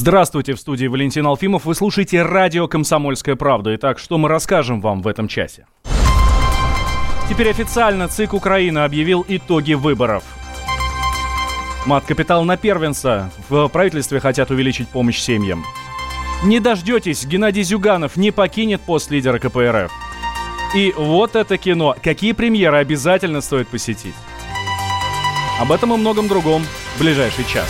Здравствуйте, в студии Валентин Алфимов. Вы слушаете радио «Комсомольская правда». Итак, что мы расскажем вам в этом часе? Теперь официально ЦИК Украины объявил итоги выборов. Мат-капитал на первенца. В правительстве хотят увеличить помощь семьям. Не дождетесь, Геннадий Зюганов не покинет пост лидера КПРФ. И вот это кино. Какие премьеры обязательно стоит посетить? Об этом и многом другом в ближайший час.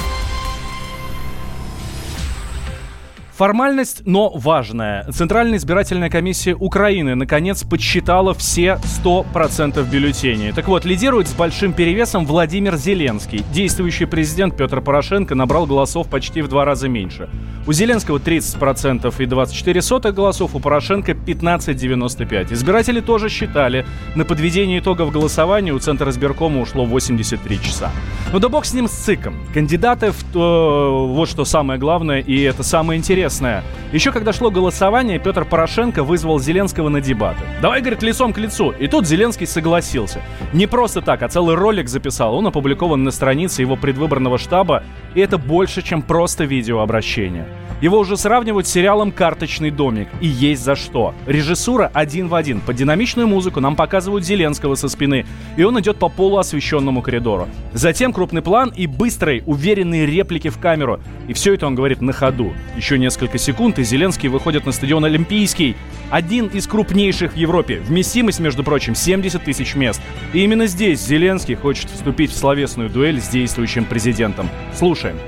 Формальность, но важная. Центральная избирательная комиссия Украины наконец подсчитала все 100% бюллетеней. Так вот, лидирует с большим перевесом Владимир Зеленский. Действующий президент Петр Порошенко набрал голосов почти в 2 раза меньше. У Зеленского 30% и 24 голосов, у Порошенко 15,95. Избиратели тоже считали. На подведение итогов голосования у Центра избиркома ушло 83 часа. Но да бог с ним, с ЦИКом. Кандидаты вот что самое главное, и это самое интересное. Еще когда шло голосование, Петр Порошенко вызвал Зеленского на дебаты. Давай, говорит, лицом к лицу. И тут Зеленский согласился. Не просто так, а целый ролик записал. Он опубликован на странице его предвыборного штаба. И это больше, чем просто видеообращение. Его уже сравнивают с сериалом «Карточный домик». И есть за что. Режиссура один в один. Под динамичную музыку нам показывают Зеленского со спины. И он идет по полуосвещенному коридору. Затем крупный план и быстрые, уверенные реплики в камеру. И все это он говорит на ходу. Еще несколько секунд, и Зеленский выходит на стадион Олимпийский. Один из крупнейших в Европе. Вместимость, между прочим, 70 тысяч мест. И именно здесь Зеленский хочет вступить в словесную дуэль с действующим президентом. Слушаем.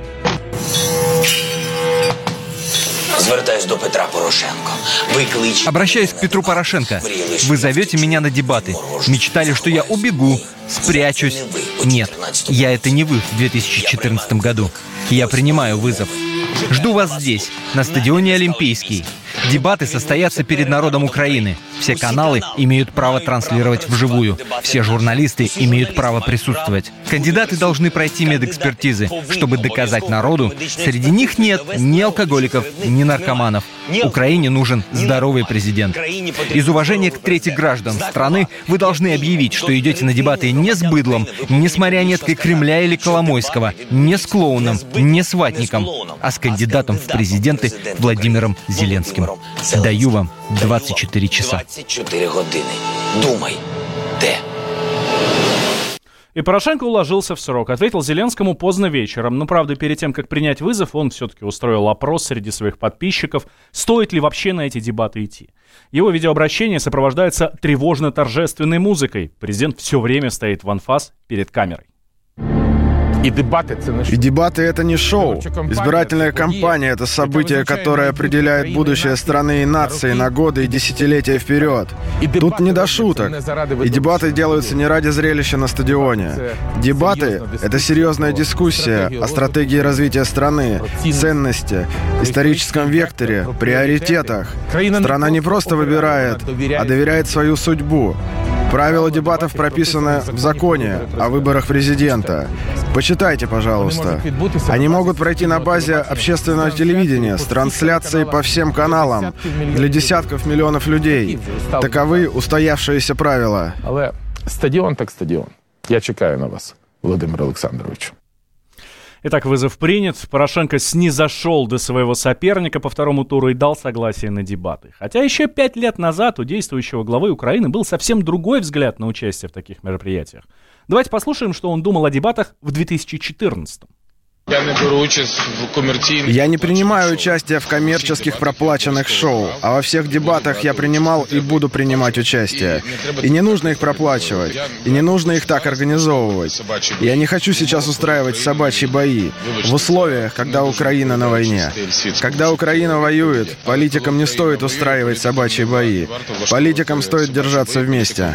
Обращаюсь к Петру Порошенко. Вы зовете меня на дебаты. Мечтали, что я убегу, спрячусь. Нет, я это не вы в 2014 году. Я принимаю вызов. Жду вас здесь, на стадионе Олимпийский. Дебаты состоятся перед народом Украины. Все каналы имеют право транслировать вживую. Все журналисты имеют право присутствовать. Кандидаты должны пройти медэкспертизы, чтобы доказать народу, среди них нет ни алкоголиков, ни наркоманов. Украине нужен здоровый президент. Из уважения к трети граждан страны вы должны объявить, что идете на дебаты не с быдлом, не с марионеткой Кремля или Коломойского, не с клоуном, не с ватником, а с кандидатом в президенты Владимиром Зеленским. Даю вам 24 часа. И Порошенко уложился в срок. Ответил Зеленскому поздно вечером. Но, правда, перед тем, как принять вызов, он все-таки устроил опрос среди своих подписчиков, стоит ли вообще на эти дебаты идти. Его видеообращение сопровождается тревожно-торжественной музыкой. Президент все время стоит в анфас перед камерой. И дебаты — это не шоу. Избирательная кампания — это событие, которое определяет будущее страны и нации на годы и десятилетия вперед. Тут не до шуток. И дебаты делаются не ради зрелища на стадионе. Дебаты — это серьезная дискуссия о стратегии развития страны, ценности, историческом векторе, приоритетах. Страна не просто выбирает, а доверяет свою судьбу. Правила дебатов прописаны в законе о выборах президента. Почитайте, пожалуйста. Они могут пройти на базе общественного телевидения с трансляцией по всем каналам для десятков миллионов людей. Таковы устоявшиеся правила. Але стадіон так стадіон. Я чекаю на вас, Володимир Олександрович. Итак, вызов принят. Порошенко снизошел до своего соперника по второму туру и дал согласие на дебаты. Хотя еще 5 лет назад у действующего главы Украины был совсем другой взгляд на участие в таких мероприятиях. Давайте послушаем, что он думал о дебатах в 2014-м. Я не принимаю участие в коммерческих проплаченных шоу, а во всех дебатах я принимал и буду принимать участие. И не нужно их проплачивать, и не нужно их так организовывать. Я не хочу сейчас устраивать собачьи бои в условиях, когда Украина на войне. Когда Украина воюет, политикам не стоит устраивать собачьи бои. Политикам стоит держаться вместе.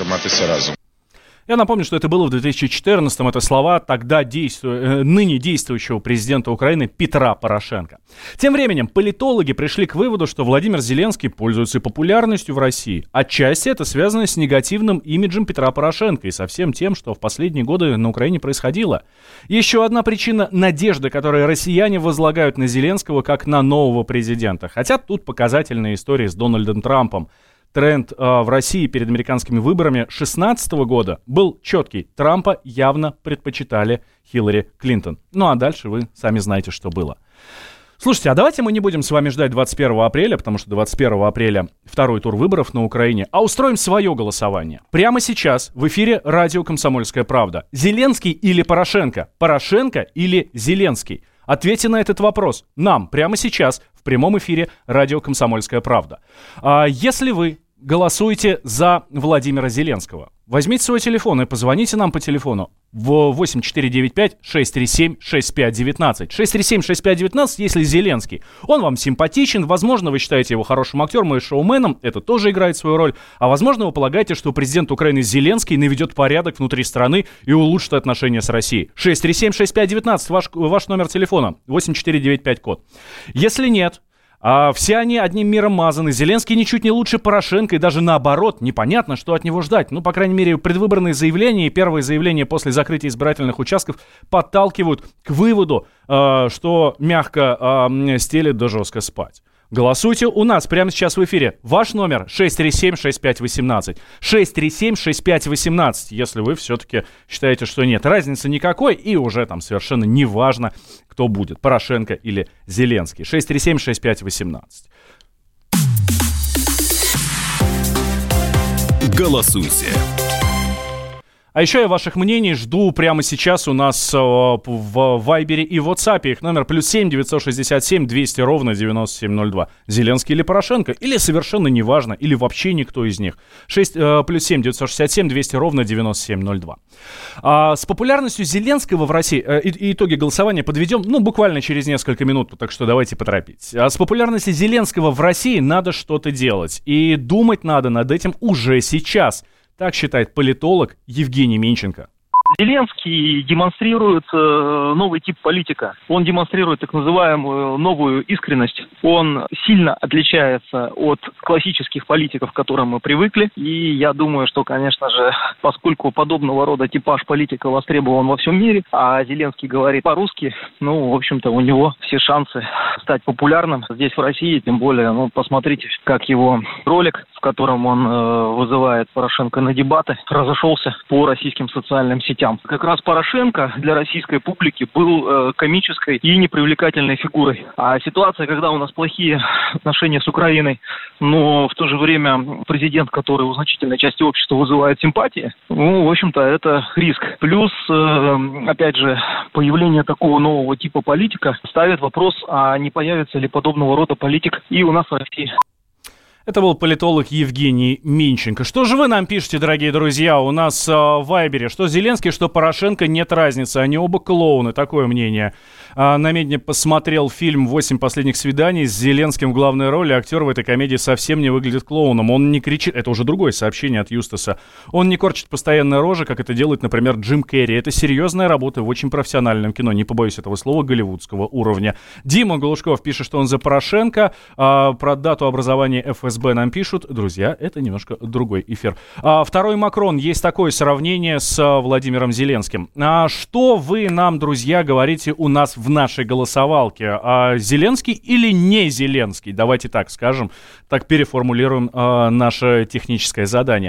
Я напомню, что это было в 2014-м. Это слова тогда ныне действующего президента Украины Петра Порошенко. Тем временем политологи пришли к выводу, что Владимир Зеленский пользуется популярностью в России. Отчасти это связано с негативным имиджем Петра Порошенко и со всем тем, что в последние годы на Украине происходило. Еще одна причина — надежды, которые россияне возлагают на Зеленского как на нового президента. Хотя тут показательная история с Дональдом Трампом. Тренд в России перед американскими выборами 2016 года был четкий. Трампа явно предпочитали Хиллари Клинтон. Ну а дальше вы сами знаете, что было. Слушайте, а давайте мы не будем с вами ждать 21 апреля, потому что 21 апреля второй тур выборов на Украине, а устроим свое голосование. Прямо сейчас в эфире радио «Комсомольская правда». Зеленский или Порошенко? Порошенко или Зеленский? Ответьте на этот вопрос нам прямо сейчас в прямом эфире радио «Комсомольская правда». Если вы голосуете за Владимира Зеленского, возьмите свой телефон и позвоните нам по телефону в 8495-637-6519. 637-6519, если Зеленский. Он вам симпатичен, возможно, вы считаете его хорошим актером и шоуменом, это тоже играет свою роль, а возможно, вы полагаете, что президент Украины Зеленский наведет порядок внутри страны и улучшит отношения с Россией. 637-6519, ваш номер телефона, 8495-код. Если нет, все они одним миром мазаны. Зеленский ничуть не лучше Порошенко, и даже наоборот, непонятно, что от него ждать. Ну, по крайней мере, предвыборные заявления и первые заявления после закрытия избирательных участков подталкивают к выводу, что мягко стелет да жестко спать. Голосуйте у нас прямо сейчас в эфире. Ваш номер 637-6518. 637-6518, если вы все-таки считаете, что нет разницы никакой, и уже там совершенно не важно, кто будет, Порошенко или Зеленский. 637-6518. Голосуйте. А еще я ваших мнений жду прямо сейчас у нас в Вайбере и Ватсапе. Их номер +7 967 200 ровно 9702. Зеленский или Порошенко? Или совершенно неважно, или вообще никто из них. +7 967 200 ровно 9702. С популярностью Зеленского в России, итоги голосования подведем, буквально через несколько минут, так что давайте поторопитесь. С популярностью Зеленского в России надо что-то делать. И думать надо над этим уже сейчас. Так считает политолог Евгений Минченко. Зеленский демонстрирует новый тип политика. Он демонстрирует так называемую новую искренность. Он сильно отличается от классических политиков, к которым мы привыкли. И я думаю, что, конечно же, поскольку подобного рода типаж политика востребован во всем мире, а Зеленский говорит по-русски, в общем-то, у него все шансы стать популярным здесь, в России. Тем более, посмотрите, как его ролик, в котором он вызывает Порошенко на дебаты, разошелся по российским социальным сетям. Как раз Порошенко для российской публики был комической и непривлекательной фигурой. А ситуация, когда у нас плохие отношения с Украиной, но в то же время президент, который у значительной части общества вызывает симпатии, в общем-то, это риск. Плюс, опять же, появление такого нового типа политика ставит вопрос, а не появится ли подобного рода политик и у нас в России. Это был политолог Евгений Минченко. Что же вы нам пишете, дорогие друзья, у нас в Вайбере? Что Зеленский, что Порошенко, нет разницы. Они оба клоуны, такое мнение. Намедни посмотрел фильм «8 последних свиданий» с Зеленским в главной роли. Актер в этой комедии совсем не выглядит клоуном. Он не кричит... Это уже другое сообщение от Юстаса. Он не корчит постоянно рожи, как это делает, например, Джим Керри. Это серьезная работа в очень профессиональном кино. Не побоюсь этого слова, голливудского уровня. Дима Голушков пишет, что он за Порошенко. Про дату образования ФСБ нам пишут. Друзья, это немножко другой эфир. Второй Макрон. Есть такое сравнение с Владимиром Зеленским. Что вы нам, друзья, говорите у нас в нашей голосовалке? Зеленский или не Зеленский? Давайте так скажем, так переформулируем наше техническое задание.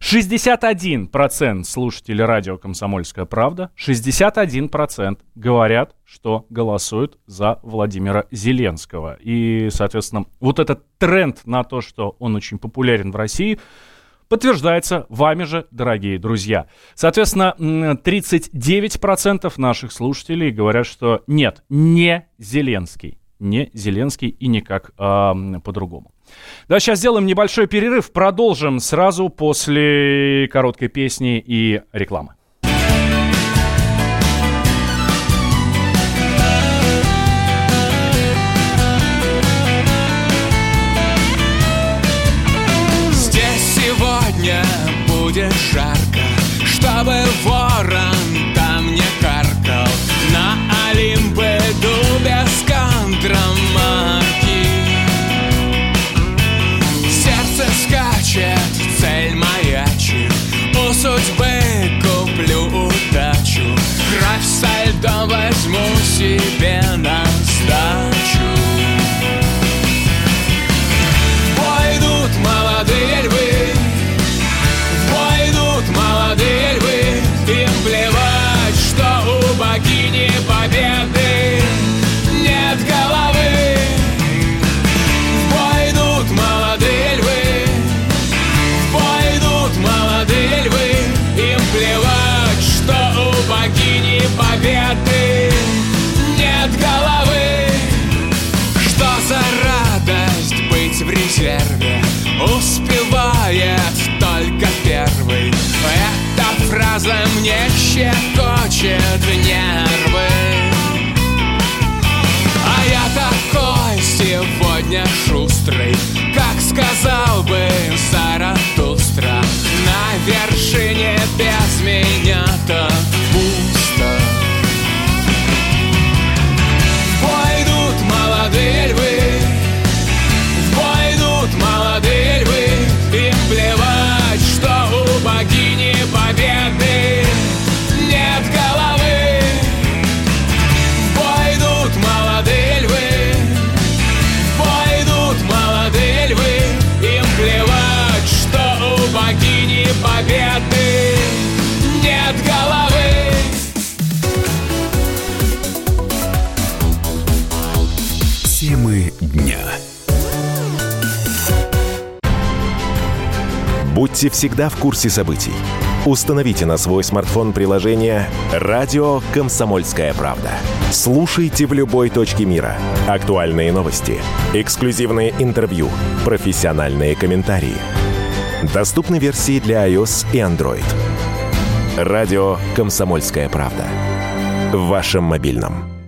61% слушателей радио «Комсомольская правда», 61% говорят, что голосуют за Владимира Зеленского. И, соответственно, вот этот тренд на то, что он очень популярен в России, подтверждается вами же, дорогие друзья. Соответственно, 39% наших слушателей говорят, что нет, не Зеленский. Не Зеленский и никак по-другому. Да, сейчас сделаем небольшой перерыв. Продолжим сразу после короткой песни и рекламы. Будет жарко, чтобы ворон там не каркал. На Олимп иду без контрамарки. Сердце скачет, цель маячит. У судьбы куплю удачу. Кровь со льдом возьму себе на сдачу. Пойдут молодые львы, молодые львы, и перве успевает только первый. Эта фраза мне щекочет нервы. А я такой сегодня шустрый, как сказал бы Заратустра. На вершине без меня-то пусто. В бой идут молодые львы, в бой идут молодые львы. Им плевать, что у богини победы нет головы. В бой идут молодые львы, в бой идут молодые львы. Им плевать, что у богини победы нет головы. Темы дня. Будьте всегда в курсе событий. Установите на свой смартфон приложение «Радио Комсомольская правда». Слушайте в любой точке мира. Актуальные новости, эксклюзивные интервью, профессиональные комментарии. Доступны версии для iOS и Android. «Радио Комсомольская правда». В вашем мобильном.